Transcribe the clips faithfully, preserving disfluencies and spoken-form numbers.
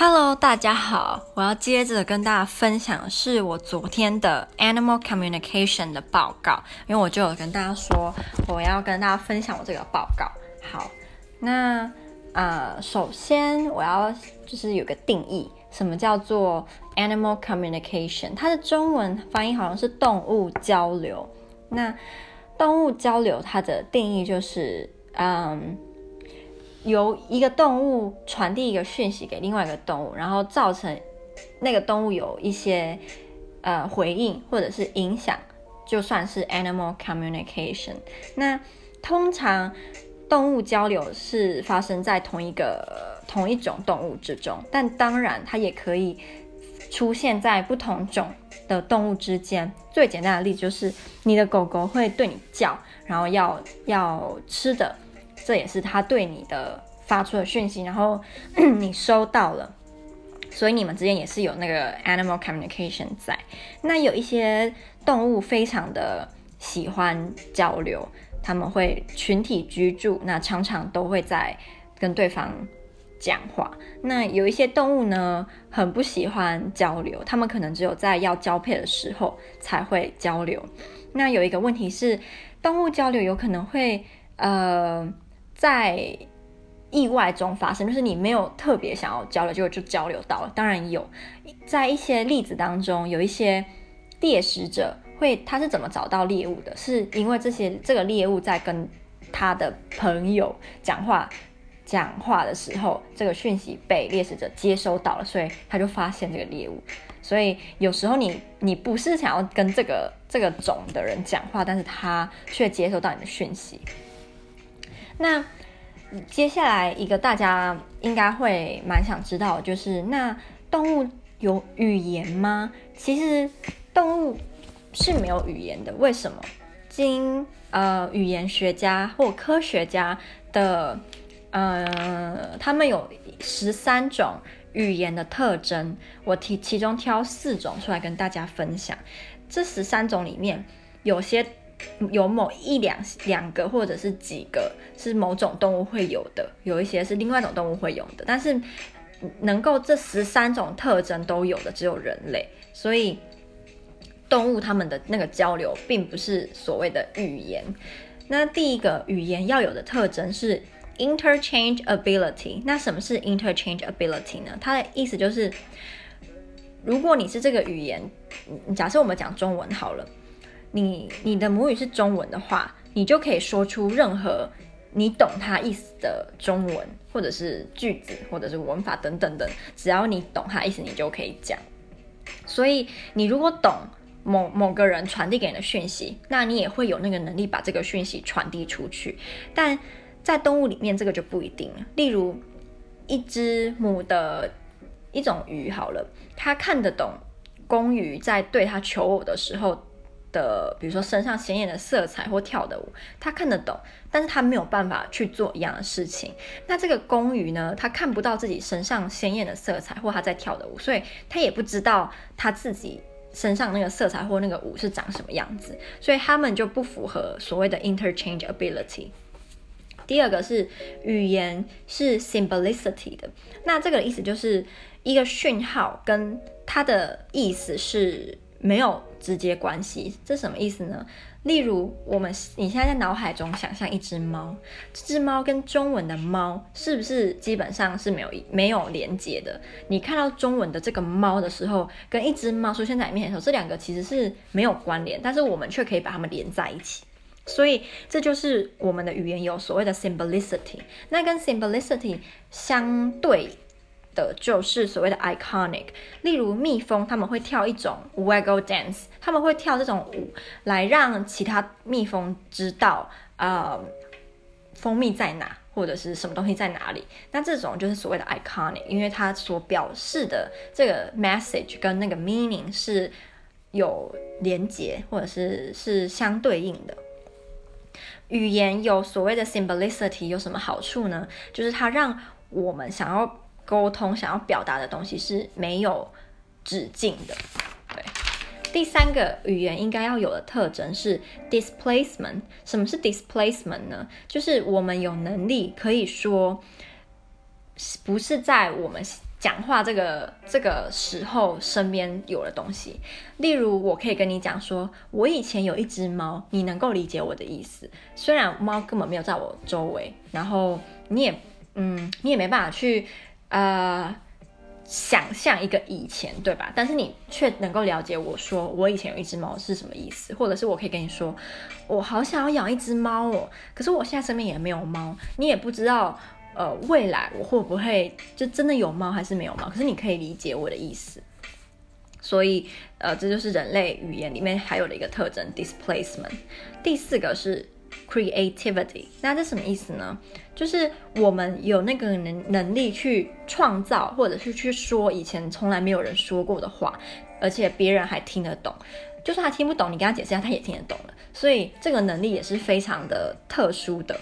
Hello， 大家好，我要接着跟大家分享的是我昨天的 Animal Communication 的报告，因为我就有跟大家说我要跟大家分享我这个报告。好，那呃，首先我要就是有个定义，什么叫做 Animal Communication？ 它的中文翻译好像是动物交流。那动物交流它的定义就是，嗯。由一个动物传递一个讯息给另外一个动物，然后造成那个动物有一些呃回应或者是影响，就算是 animal communication。那通常动物交流是发生在同一个同一种动物之中，但当然它也可以出现在不同种的动物之间。最简单的例子就是你的狗狗会对你叫，然后要要吃的。这也是他对你的发出的讯息，然后你收到了，所以你们之间也是有那个 animal communication 在。那有一些动物非常的喜欢交流，他们会群体居住，那常常都会在跟对方讲话。那有一些动物呢，很不喜欢交流，他们可能只有在要交配的时候才会交流。那有一个问题是，动物交流有可能会呃在意外中发生，就是你没有特别想要交流，结果就交流到了。当然有，在一些例子当中，有一些猎食者会，他是怎么找到猎物的？是因为这些这个猎物在跟他的朋友讲话讲话的时候，这个讯息被猎食者接收到了，所以他就发现这个猎物。所以有时候你你不是想要跟这个这个种的人讲话，但是他却接收到你的讯息。那接下来一个大家应该会蛮想知道的就是，那动物有语言吗？其实动物是没有语言的。为什么？经呃语言学家或科学家的呃，他们有十三种语言的特征，我提其中挑四种出来跟大家分享。这十三种里面，有些有某一两两个或者是几个是某种动物会有的，有一些是另外一种动物会有的，但是能够这十三种特征都有的只有人类，所以动物他们的那个交流并不是所谓的语言。那第一个语言要有的特征是 interchangeability。 那什么是 interchangeability 呢？它的意思就是，如果你是这个语言，假设我们讲中文好了，你你的母语是中文的话，你就可以说出任何你懂它意思的中文，或者是句子，或者是文法等等等，只要你懂它意思，你就可以讲。所以你如果懂某某个人传递给你的讯息，那你也会有那个能力把这个讯息传递出去。但在动物里面，这个就不一定了。例如，一只母的一种鱼好了，它看得懂公鱼在对它求偶的时候的，比如说身上鲜艳的色彩或跳的舞，他看得懂，但是他没有办法去做一样的事情。那这个公鱼呢，他看不到自己身上鲜艳的色彩或他在跳的舞，所以他也不知道他自己身上那个色彩或那个舞是长什么样子，所以他们就不符合所谓的 interchangeability。第二个是语言是 symbolicity 的，那这个的意思就是一个讯号跟它的意思是没有直接关系。这什么意思呢？例如我们你现在在脑海中想象一只猫，这只猫跟中文的猫是不是基本上是没有没有连结的？你看到中文的这个猫的时候，跟一只猫出现在你面前的时候，这两个其实是没有关联，但是我们却可以把它们连在一起。所以这就是我们的语言有所谓的 symbolicity。 那跟 symbolicity 相对的就是所谓的 iconic。 例如蜜蜂他们会跳一种 waggle dance， 他们会跳这种舞来让其他蜜蜂知道呃蜂蜜在哪或者是什么东西在哪里。那这种就是所谓的 iconic， 因为它所表示的这个 message 跟那个 meaning 是有连结或者是是相对应的。语言有所谓的 symbolicity 有什么好处呢？就是它让我们想要沟通想要表达的东西是没有止境的。对，第三个语言应该要有的特征是 displacement。 什么是 displacement 呢？就是我们有能力可以说不是在我们讲话这个这个时候身边有的东西。例如我可以跟你讲说，我以前有一只猫，你能够理解我的意思，虽然猫根本没有在我周围，然后你也嗯你也没办法去呃想象一个以前，对吧？但是你却能够了解我说我以前有一只猫是什么意思，或者是我可以跟你说我好想要养一只猫哦，可是我现在身边也没有猫，你也不知道呃未来我会不会就真的有猫还是没有猫，可是你可以理解我的意思。所以呃这就是人类语言里面还有的一个特征 displacement。 第四个是 creativity， 那这什么意思呢？就是我们有那个能能力去创造，或者是去说以前从来没有人说过的话，而且别人还听得懂，就算他听不懂你跟他解释一下他也听得懂了，所以这个能力也是非常的特殊的。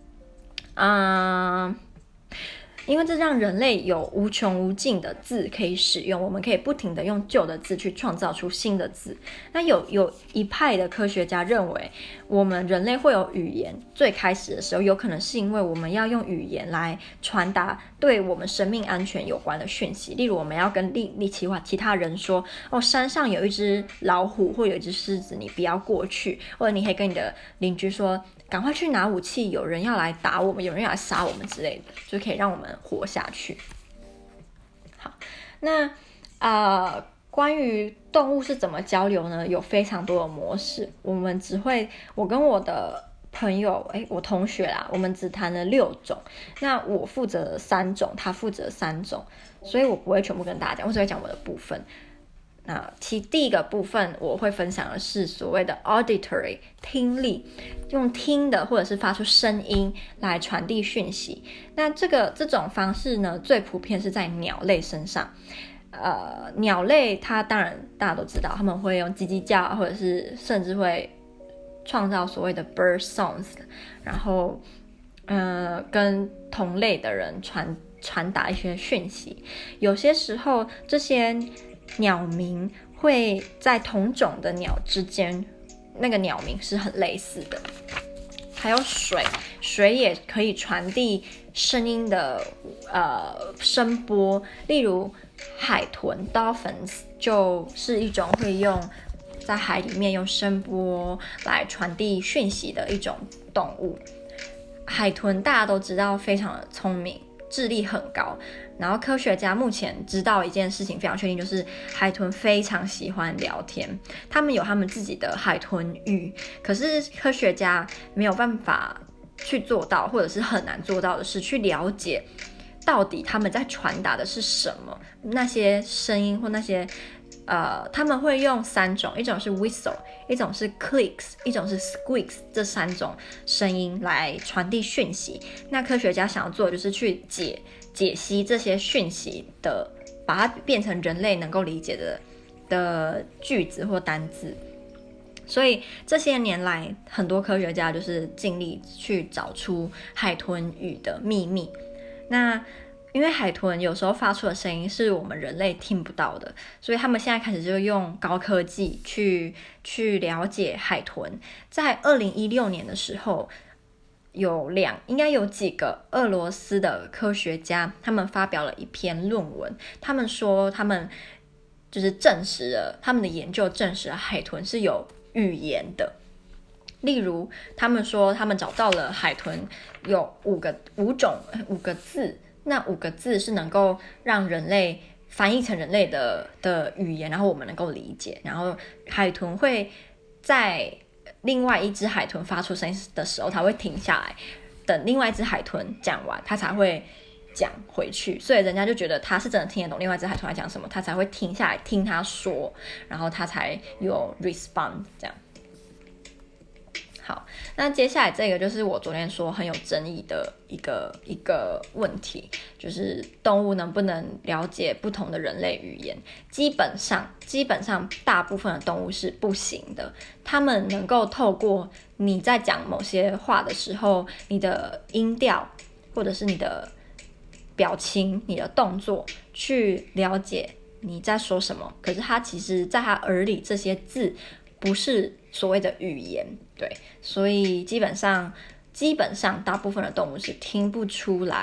嗯、因为这让人类有无穷无尽的字可以使用，我们可以不停的用旧的字去创造出新的字。那有有一派的科学家认为，我们人类会有语言，最开始的时候有可能是因为我们要用语言来传达对我们生命安全有关的讯息。例如我们要跟另另其其他人说，哦，山上有一只老虎或有一只狮子，你不要过去。或者你可以跟你的邻居说，赶快去拿武器，有人要来打我们，有人要来杀我们之类的，就可以让我们活下去。好，那呃，关于动物是怎么交流呢？有非常多的模式。我们只会，我跟我的朋友，哎，我同学啦，我们只谈了六种。那我负责三种，他负责三种，所以我不会全部跟大家讲，我只会讲我的部分。那其第一个部分我会分享的是所谓的 auditory 听力，用听的或者是发出声音来传递讯息。那这个这种方式呢，最普遍是在鸟类身上。呃，鸟类它当然大家都知道，他们会用叽叽叫，或者是甚至会创造所谓的 bird songs， 然后呃跟同类的人传传达一些讯息。有些时候这些鸟鸣会在同种的鸟之间，那个鸟鸣是很类似的。还有水，水也可以传递声音的呃声波，例如海豚 dolphins 就是一种会用在海里面用声波来传递讯息的一种动物。海豚大家都知道非常的聪明，智力很高，然后科学家目前知道一件事情非常确定，就是海豚非常喜欢聊天，他们有他们自己的海豚语，可是科学家没有办法去做到，或者是很难做到的是去了解到底他们在传达的是什么，那些声音或那些呃，他们会用三种，一种是 whistle， 一种是 clicks， 一种是 squeaks， 这三种声音来传递讯息。那科学家想要做的就是去解解析这些讯息的，把它变成人类能够理解的的句子或单字。所以这些年来，很多科学家就是尽力去找出海豚语的秘密。那因为海豚有时候发出的声音是我们人类听不到的，所以他们现在开始就用高科技去去了解海豚。在二零一六年的时候，有两应该有几个俄罗斯的科学家，他们发表了一篇论文，他们说他们就是证实了，他们的研究证实了海豚是有语言的。例如他们说他们找到了海豚有五个五种五个字，那五个字是能够让人类翻译成人类的的语言，然后我们能够理解。然后海豚会在另外一只海豚发出声音的时候，它会停下来，等另外一只海豚讲完，它才会讲回去。所以人家就觉得它是真的听得懂另外一只海豚在讲什么，它才会停下来听它说，然后它才有 respond 这样。好，那接下来这个就是我昨天说很有争议的一个一个问题，就是动物能不能了解不同的人类语言。基本上基本上大部分的动物是不行的，它们能够透过你在讲某些话的时候，你的音调或者是你的表情、你的动作去了解你在说什么，可是它其实在它耳里这些字不是所谓的语言，对，所以基本上基本上大部分的动物是听不出来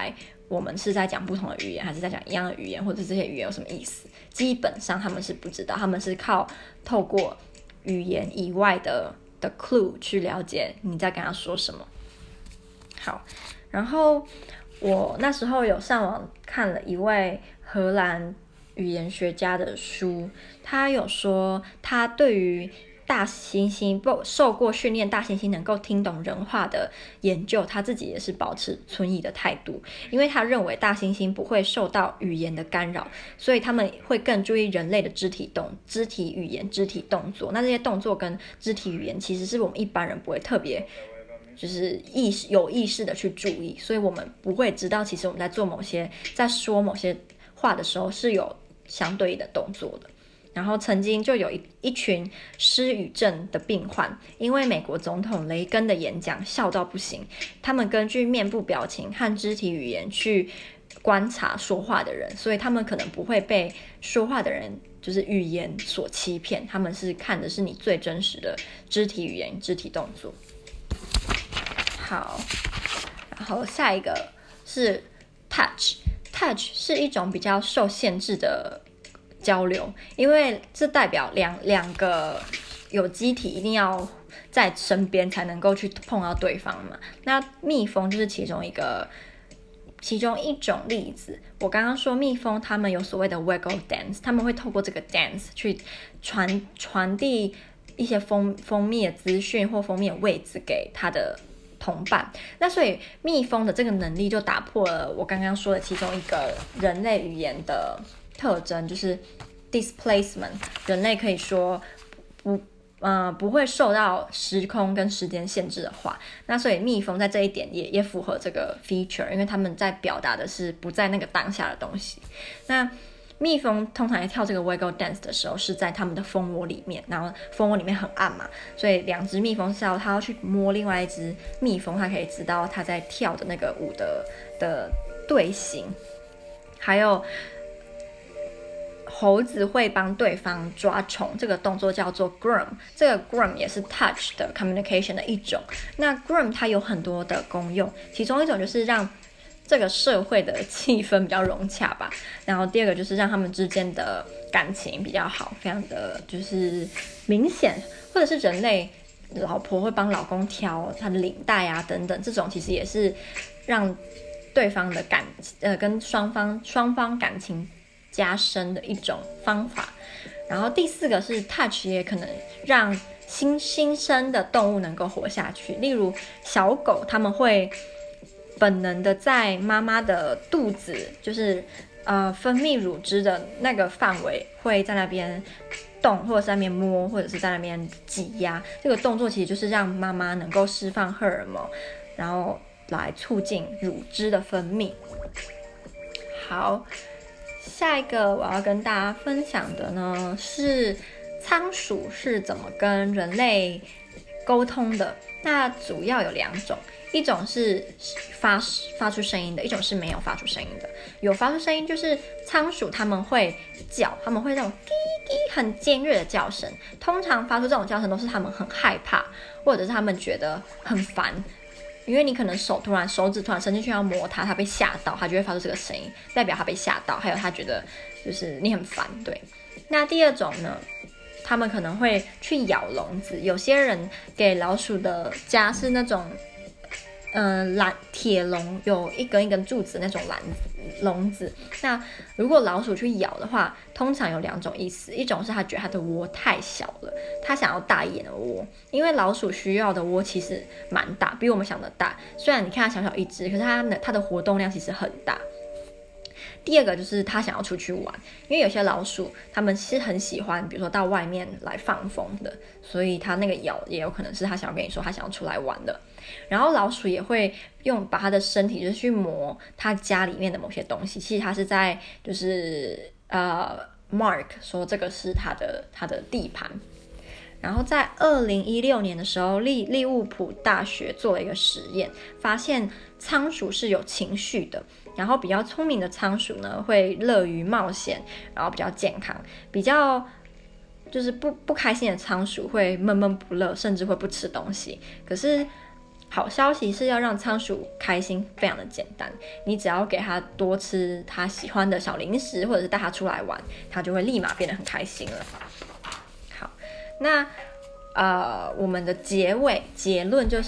我们是在讲不同的语言，还是在讲一样的语言，或者这些语言有什么意思，基本上他们是不知道，他们是靠透过语言以外的的 clue 去了解你在跟他说什么。好，然后我那时候有上网看了一位荷兰语言学家的书，他有说他对于大猩猩不受过训练，大猩猩能够听懂人话的研究，他自己也是保持存疑的态度，因为他认为大猩猩不会受到语言的干扰，所以他们会更注意人类的肢体动、肢体语言、肢体动作。那这些动作跟肢体语言，其实是我们一般人不会特别就是意识有意识的去注意，所以我们不会知道，其实我们在做某些在说某些话的时候是有相对应的动作的。然后曾经就有 一, 一群失语症的病患，因为美国总统雷根的演讲笑到不行，他们根据面部表情和肢体语言去观察说话的人，所以他们可能不会被说话的人就是语言所欺骗，他们是看的是你最真实的肢体语言、肢体动作。好，然后下一个是 touch touch 是一种比较受限制的交流，因为这代表两两个有机体一定要在身边才能够去碰到对方嘛。那蜜蜂就是其中一个其中一种例子。我刚刚说蜜蜂他们有所谓的 waggle dance， 他们会透过这个 dance 去传传递一些蜂蜂蜜的资讯或蜂蜜的位置给他的同伴。那所以蜜蜂的这个能力就打破了我刚刚说的其中一个人类语言的特征，就是 displacement， 人类可以说不呃不会受到时空跟时间限制的话，那所以蜜蜂在这一点也也符合这个 feature， 因为他们在表达的是不在那个当下的东西。那蜜蜂通常在跳这个 waggle dance 的时候是在他们的蜂窝里面，然后蜂窝里面很暗嘛，所以两只蜜蜂是要它要去摸另外一只蜜蜂，它可以知道它在跳的那个舞的的队形。还有猴子会帮对方抓虫，这个动作叫做 groom， 这个 groom 也是 touch 的 communication 的一种。那 groom 它有很多的功用，其中一种就是让这个社会的气氛比较融洽吧，然后第二个就是让他们之间的感情比较好，非常的就是明显，或者是人类老婆会帮老公挑他的领带啊等等，这种其实也是让对方的感呃跟双方双方感情加深的一种方法。然后第四个是 touch， 也可能让新新生的动物能够活下去，例如小狗它们会本能的在妈妈的肚子，就是呃分泌乳汁的那个范围会在那边动，或者是在那边摸，或者是在那边挤压，这个动作其实就是让妈妈能够释放荷尔蒙，然后来促进乳汁的分泌。好，下一个我要跟大家分享的呢是仓鼠是怎么跟人类沟通的。那主要有两种，一种是发发出声音的，一种是没有发出声音的。有发出声音就是仓鼠他们会叫，他们会那种滴滴很尖锐的叫声，通常发出这种叫声都是他们很害怕，或者是他们觉得很烦，因为你可能手突然手指突然伸进去要摸它，它被吓到，它就会发出这个声音，代表它被吓到，还有它觉得就是你很烦。对，那第二种呢，他们可能会去咬笼子，有些人给老鼠的家是那种呃蓝铁笼，有一根一根柱子那种篮笼子。那如果老鼠去咬的话，通常有两种意思，一种是它觉得它的窝太小了，它想要大一点的窝，因为老鼠需要的窝其实蛮大，比我们想的大，虽然你看它小小一只，可是它的它的活动量其实很大。第二个就是他想要出去玩，因为有些老鼠他们是很喜欢比如说到外面来放风的，所以他那个咬也有可能是他想要跟你说他想要出来玩的。然后老鼠也会用把他的身体就是去磨他家里面的某些东西，其实他是在就是呃 mark 说这个是他的他的地盘。然后在二零一六年的时候，利利物浦大学做了一个实验，发现仓鼠是有情绪的，然后比较聪明的仓鼠呢会乐于冒险，然后比较健康，比较就是不不开心的仓鼠会闷闷不乐，甚至会不吃东西。可是好消息是要让仓鼠开心非常的简单，你只要给它多吃它喜欢的小零食，或者是带它出来玩，它就会立马变得很开心了。好，那呃，我们的结尾结论就是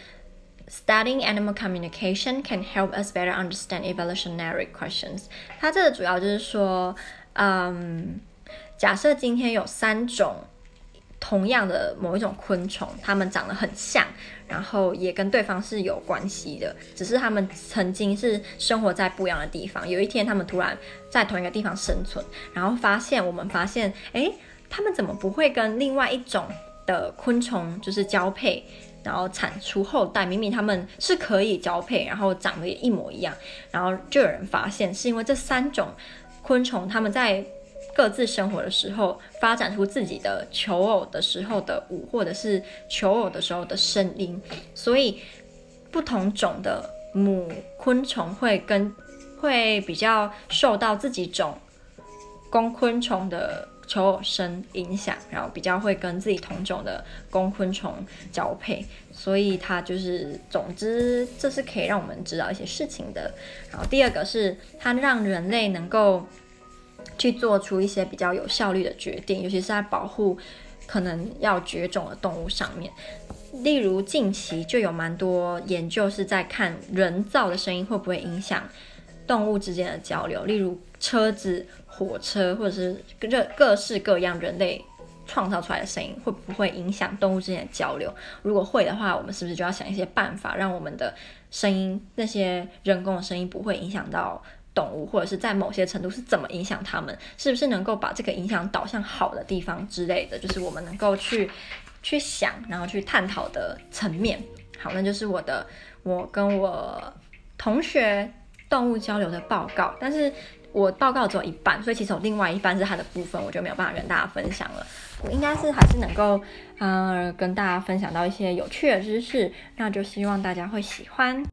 Studying animal communication can help us better understand evolutionary questions。它这个主要就是说，嗯，假设今天有三种同样的某一种昆虫，它们长得很像，然后也跟对方是有关系的，只是它们曾经是生活在不一样的地方。有一天，它们突然在同一个地方生存，然后发现我们发现，哎，它们怎么不会跟另外一种的昆虫就是交配，然后产出后代？明明它们是可以交配，然后长得也一模一样。然后就有人发现，是因为这三种昆虫它们在各自生活的时候，发展出自己的求偶的时候的舞，或者是求偶的时候的声音，所以不同种的母昆虫会跟会比较受到自己种公昆虫的求偶声影响，然后比较会跟自己同种的公昆虫交配，所以它就是总之这是可以让我们知道一些事情的。然后第二个是它让人类能够去做出一些比较有效率的决定，尤其是在保护可能要绝种的动物上面。例如近期就有蛮多研究是在看人造的声音会不会影响动物之间的交流，例如车子、火车，或者是各式各样人类创造出来的声音会不会影响动物之间的交流。如果会的话，我们是不是就要想一些办法，让我们的声音，那些人工的声音不会影响到动物，或者是在某些程度是怎么影响它们，是不是能够把这个影响导向好的地方之类的，就是我们能够去去想，然后去探讨的层面。好，那就是我的我跟我同学动物交流的报告，但是我报告只有一半，所以其实有另外一半是它的部分，我就没有办法跟大家分享了。我应该是还是能够呃跟大家分享到一些有趣的知识，那就希望大家会喜欢。